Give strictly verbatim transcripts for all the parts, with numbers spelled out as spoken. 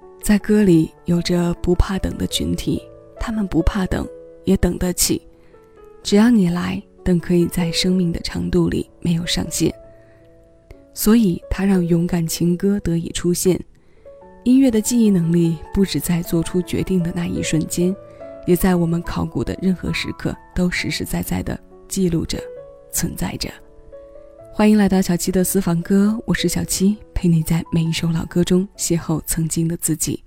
在歌里有着不怕等的群体，他们不怕等，也等得起。只要你来，等可以在生命的长度里没有上限。所以它让勇敢情歌得以出现。音乐的记忆能力不只在做出决定的那一瞬间，也在我们考古的任何时刻都实实在在地记录着，存在着。欢迎来到小七的私房歌，我是小七，陪你在每一首老歌中邂逅曾经的自己。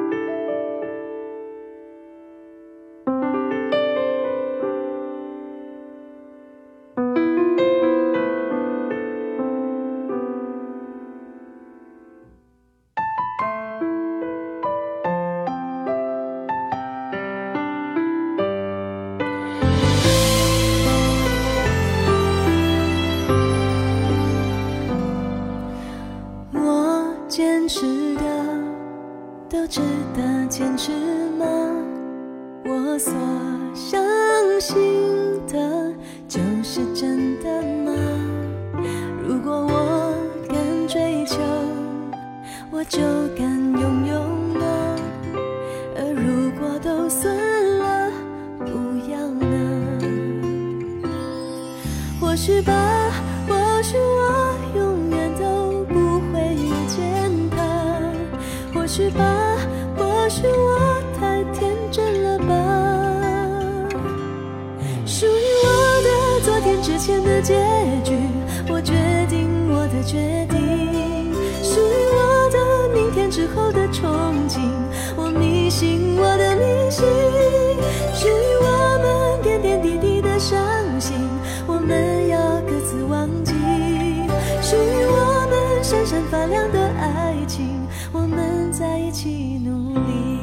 坚持的都值得坚持吗？我所相信的就是真的吗？如果我敢追求，我就敢拥有吗？而如果都算了，不要呢？或许吧，或许我永远都不会遇见他，或许吧，或许我太天真了吧。属于我的昨天之前的结局，我决定我的决定。属于我的明天之后的憧憬，我迷信我的迷信。属于我们点点滴滴的伤心，我们要各自忘记。属于我们闪闪发亮的爱情，我们在一起努力。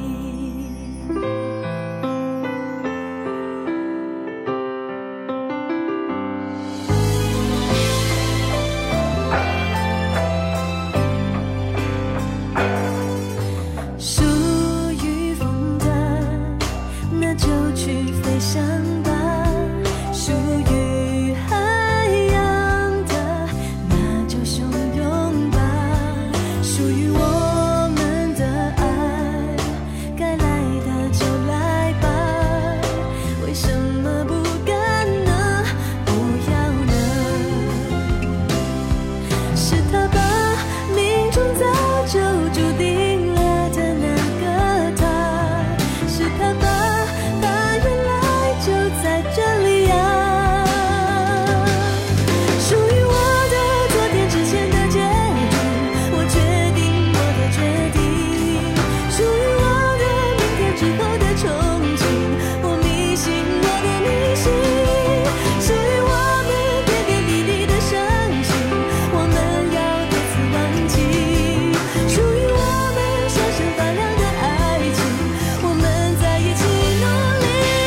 属于风的，那就去飞翔吧。属于海洋的，那就汹涌吧。属于我们的爱，该来的就来吧。为什么不敢呢？不要呢？是他吧，命中早就注定了的那个他。是他吧，他原来就在这里呀。属于我的昨天之前的结局，我决定我的决定。属于我的明天之后的憧憬，我迷信我的迷信。属于我们点点滴滴的伤心，我们要各自忘记。属于我们闪闪发亮的爱情，我们在一起努力。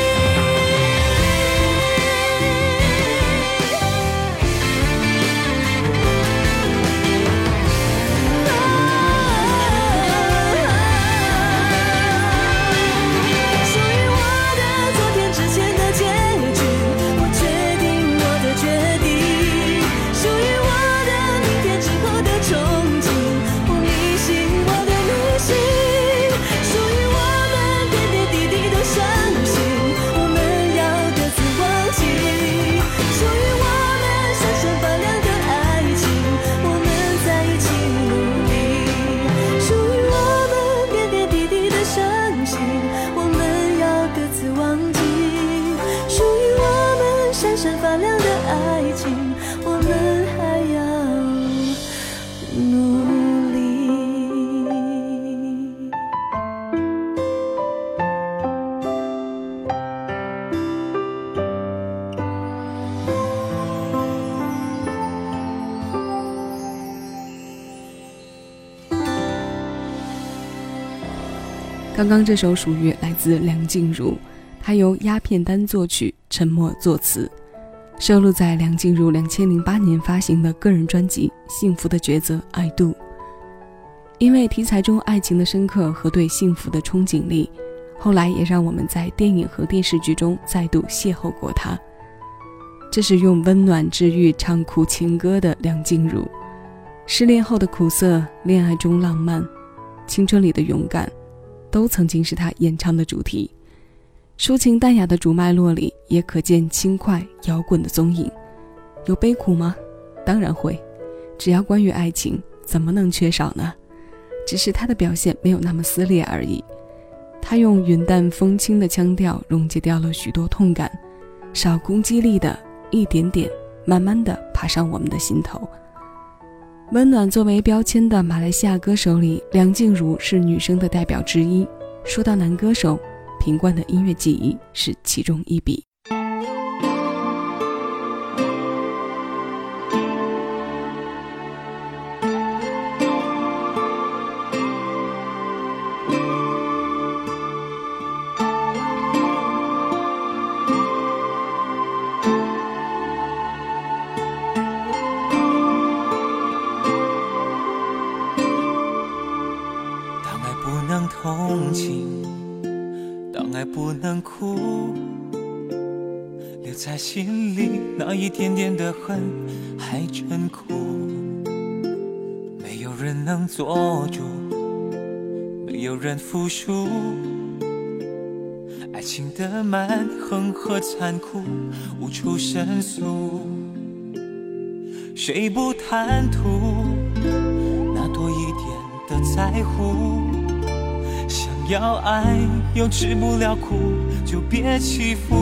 属于我的昨天之前的结局，我决定我的决定。属于我的明天之后的憧憬，我迷信我的迷信。属于我们点点滴滴的伤心，我们要各自忘记。属于我们闪闪发亮的爱情，我们在一起努力。属于我们点点滴滴的伤心，我们要各自忘记。属于我们闪闪发亮的爱情，我们还要努力。 刚刚这首属于来自梁静茹，它由鸦片丹作曲，沉默作词，收录在梁静茹两千零八年发行的个人专辑《幸福的抉择 I Do》。因为题材中爱情的深刻和对幸福的憧憬力，后来也让我们在电影和电视剧中再度邂逅过它。这是用温暖治愈唱苦情歌的梁静茹，失恋后的苦涩，恋爱中浪漫， 青春里的勇敢，都曾经是他演唱的主题。抒情淡雅的主脉络里，也可见轻快摇滚的踪影。有悲苦吗？当然会，只要关于爱情，怎么能缺少呢？只是他的表现没有那么撕裂而已。他用云淡风轻的腔调溶解掉了许多痛感，少攻击力的一点点，慢慢的爬上我们的心头。温暖作为标签的马来西亚歌手里，梁静茹是女生的代表之一。说到男歌手，品冠的音乐记忆是其中一笔。 同情，当爱不能哭，留在心里那一点点的恨还真苦。没有人能做主，没有人服输，爱情的蛮横和残酷无处申诉。谁不贪图那多一点的在乎？想要爱又吃不了苦，就别欺负。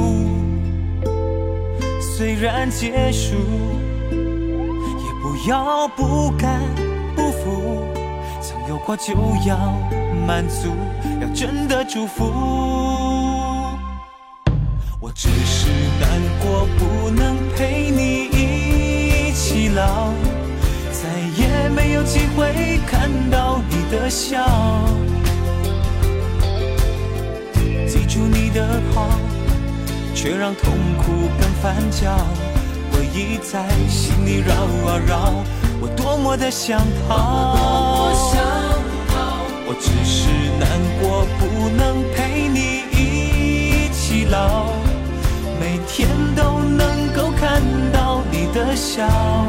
虽然结束，也不要不甘不服。曾有过就要满足，要真的祝福。我只是难过不能陪你一起老，再也没有机会看到你的笑。记住你的好，却让痛苦更翻搅。回忆在心里绕啊绕，我多么的想逃。我只是难过不能陪你一起老，每天都能够看到你的笑，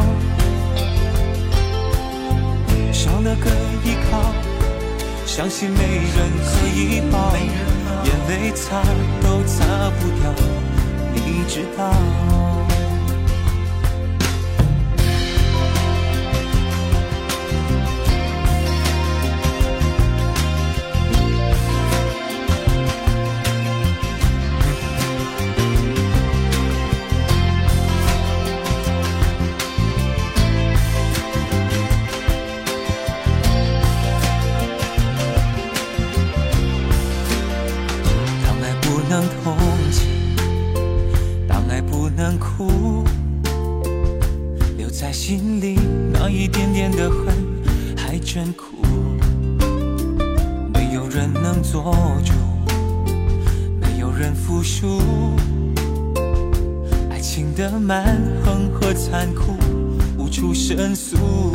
少了个依靠，相信没人可以抱，眼泪擦都擦不掉，你知道。留在心里那一点点的恨还真苦，没有人能做主，没有人服输，爱情的蛮横和残酷无处申诉。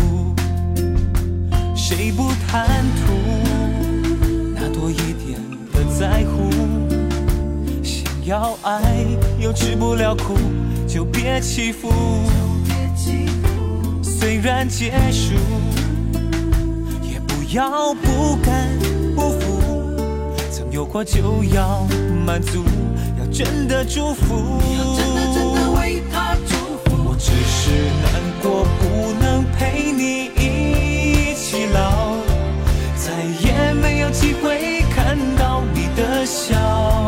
谁不贪图那多一点的在乎？要爱又吃不了苦，就别欺负。虽然结束，也不要不甘不服。曾有过就要满足，要真的祝福。我只是难过不能陪你一起老，再也没有机会看到你的笑。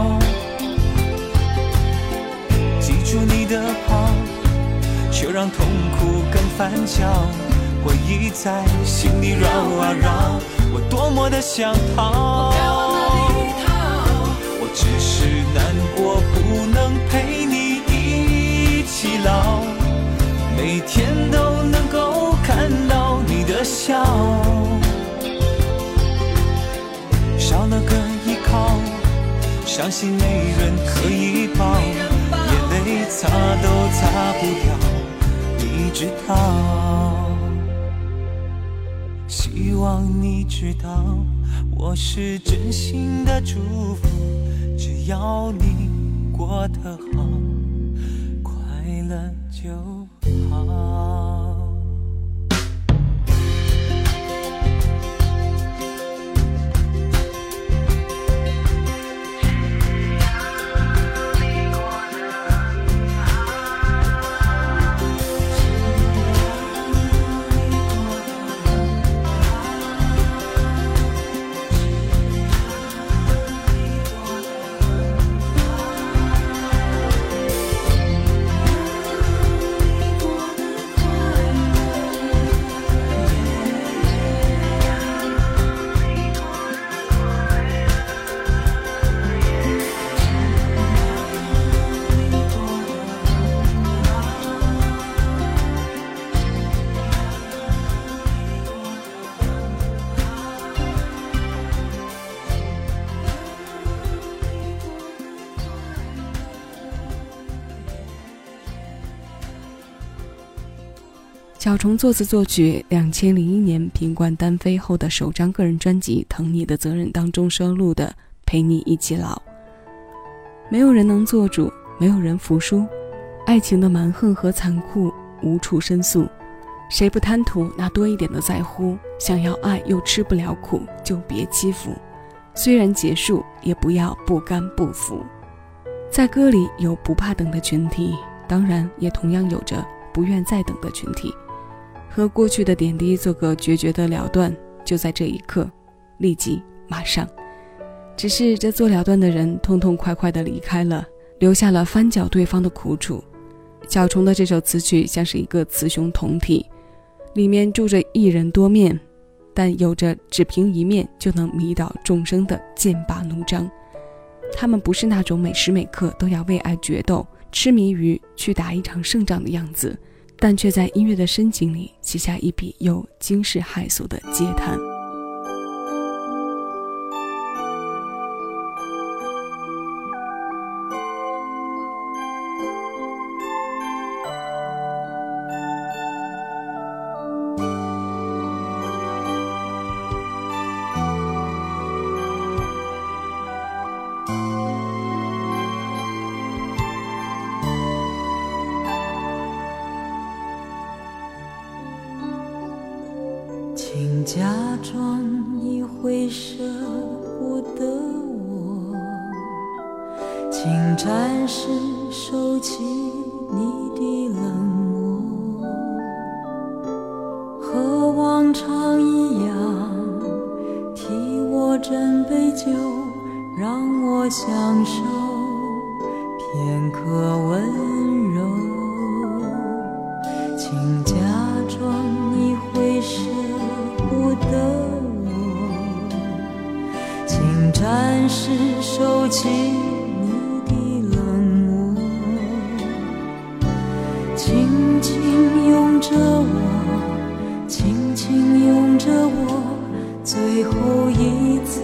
记住你的好，却让痛苦更翻搅。回忆在心里绕啊绕，我多么的想逃。我只是难过不能陪你一起老，每天都能够看到你的笑，少了个依靠，相信没人可以抱，眼泪擦都擦不掉，你知道。希望你知道，我是真心的祝福，只要你过得好，快乐就好。 小虫作词作曲，两千零一年凭冠单飞后的首张个人专辑《疼你的责任》当中收录的《陪你一起老》。没有人能做主，没有人服输，爱情的蛮横和残酷无处申诉，谁不贪图那多一点的在乎？想要爱又吃不了苦，就别欺负，虽然结束也不要不甘不服。在歌里有不怕等的群体，当然也同样有着不愿再等的群体。和过去的点滴做个决绝的了断，就在这一刻，立即马上。只是这做了断的人痛痛快快地离开了，留下了翻搅对方的苦楚。小虫的这首词曲像是一个雌雄同体，里面住着一人多面，但有着只凭一面就能迷倒众生的剑拔弩张。他们不是那种每时每刻都要为爱决斗，痴迷于去打一场胜仗的样子，但却在音乐的深井里写下一笔又惊世骇俗的嗟叹。 请假装你会舍不得我，请暂时收起你的冷漠，和往常一样替我斟杯酒，让我享受片刻温柔。请假装你会舍不得我，请暂时收起你的冷漠，轻轻拥着我，轻轻拥着我，最后一次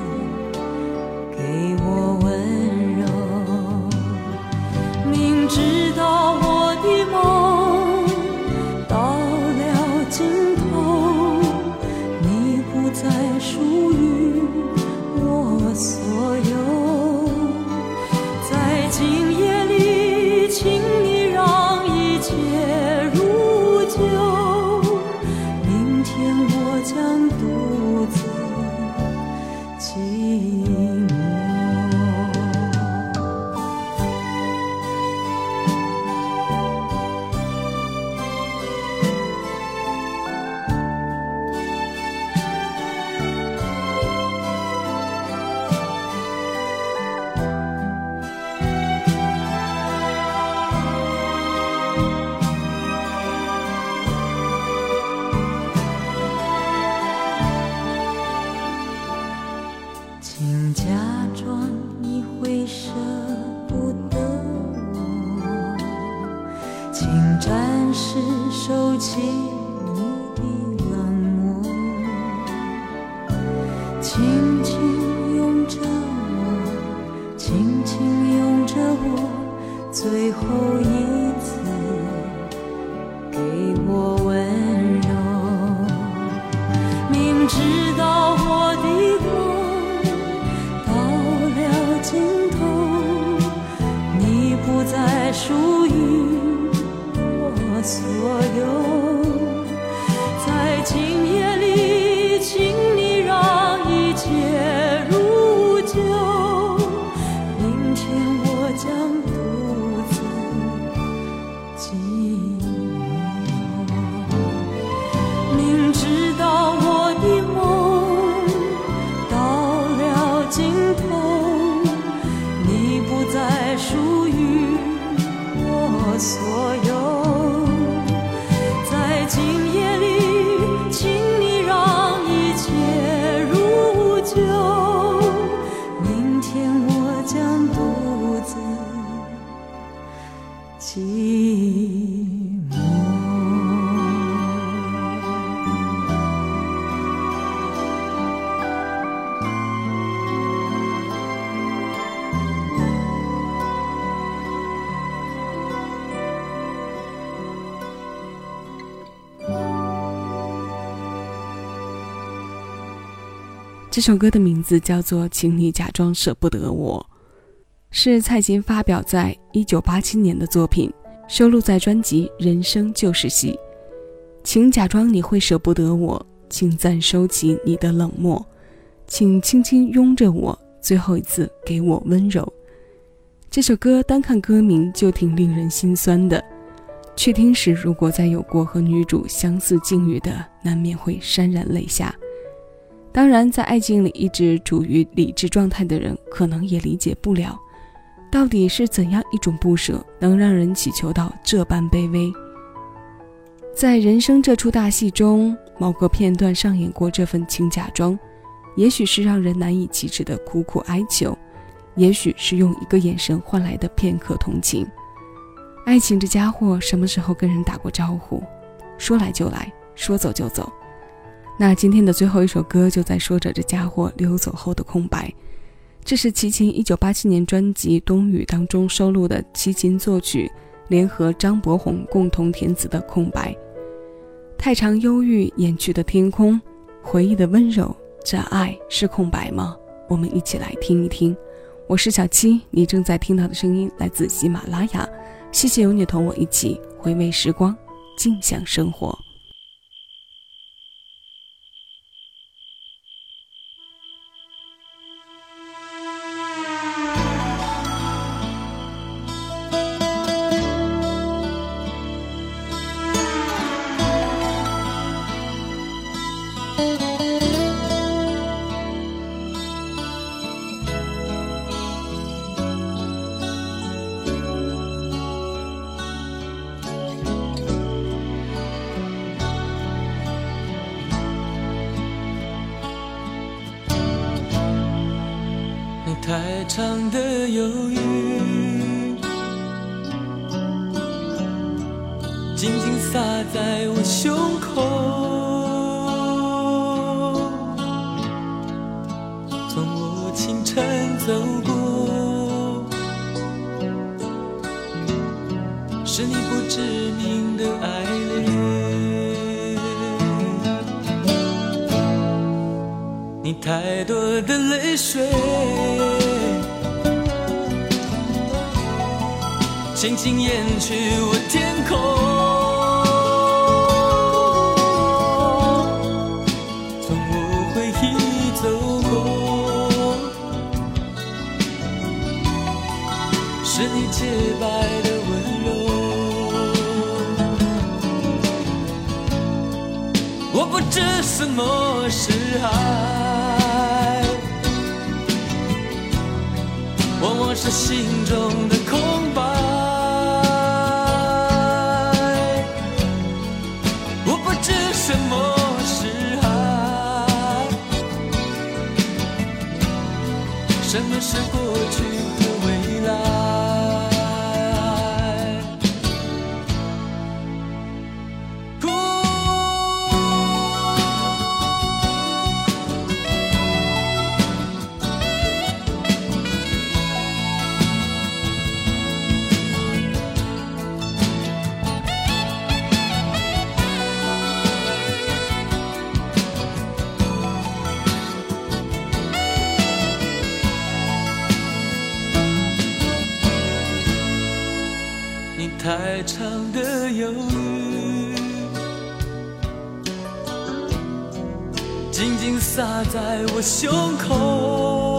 给我温柔。明知道我的梦到了尽头，你不再属于我所有，在今夜里请你让一切如旧，明天我将独自寂寞。请假装你会舍不得我，请暂时收起你的冷漠，轻轻拥着我，轻轻拥着我，最后一次给我温柔。明知道我的梦尽头，你不再属于我所有，在今夜里请你让一切如旧，明天我将独自寂寞。明知道我的梦到了尽头，不再属于我所有，在今夜里请你让一切如旧， 这首歌的名字叫做《请你假装舍不得我》，是蔡琴发表在一九八七年的作品，收录在专辑《人生就是戏》。请假装你会舍不得我，请暂收起你的冷漠，请轻轻拥着我，最后一次给我温柔。这首歌单看歌名就挺令人心酸的，去听时如果再有过和女主相似境遇的，难免会潸然泪下。当然在爱情里一直处于理智状态的人可能也理解不了，到底是怎样一种不舍能让人祈求到这般卑微。在人生这出大戏中，某个片段上演过这份请假装，也许是让人难以启齿的苦苦哀求，也许是用一个眼神换来的片刻同情。爱情这家伙什么时候跟人打过招呼？说来就来，说走就走。那今天的最后一首歌就在说着这家伙溜走后的空白。这是齐秦一九八七年专辑《冬雨》当中收录的齐秦作曲，联合张博宏共同填词的《空白》。太长忧郁掩去的天空，回忆的温柔，这爱是空白吗？我们一起来听一听。我是小七，你正在听到的声音来自喜马拉雅。谢谢有你同我一起回味时光，静享生活。 太长的忧郁，紧紧洒在我胸口，从我清晨走过，是你不知名的爱恋，你太多的泪水轻轻掩去我天空，从我回忆走过，是你洁白的温柔。我不知什么是爱，往往是心中的空白。什么是爱？什么是过去和未来？哭。太长的忧郁，紧紧洒在我胸口，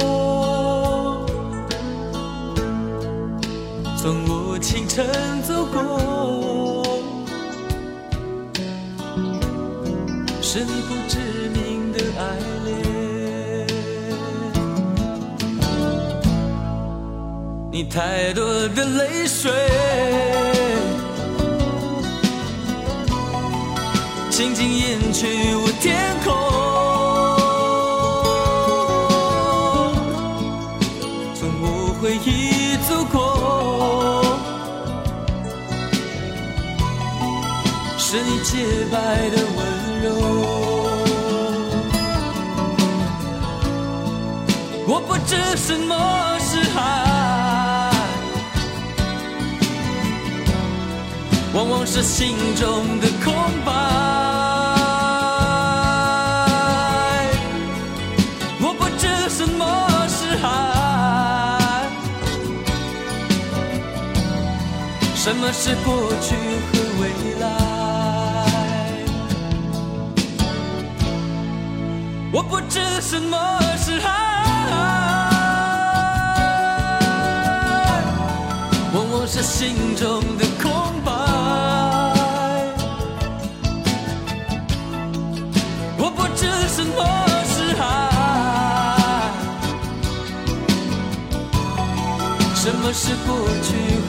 从我清晨走过，是你不知名的爱恋，你太多的泪水轻轻掩去我天空，从我回忆走过，是你洁白的温柔。我不知什么是爱，往往是心中的空白。我什么是爱，什么是过去和未来。我不知什么是爱，往往是心中的空白。我不知什么是爱，什么是过去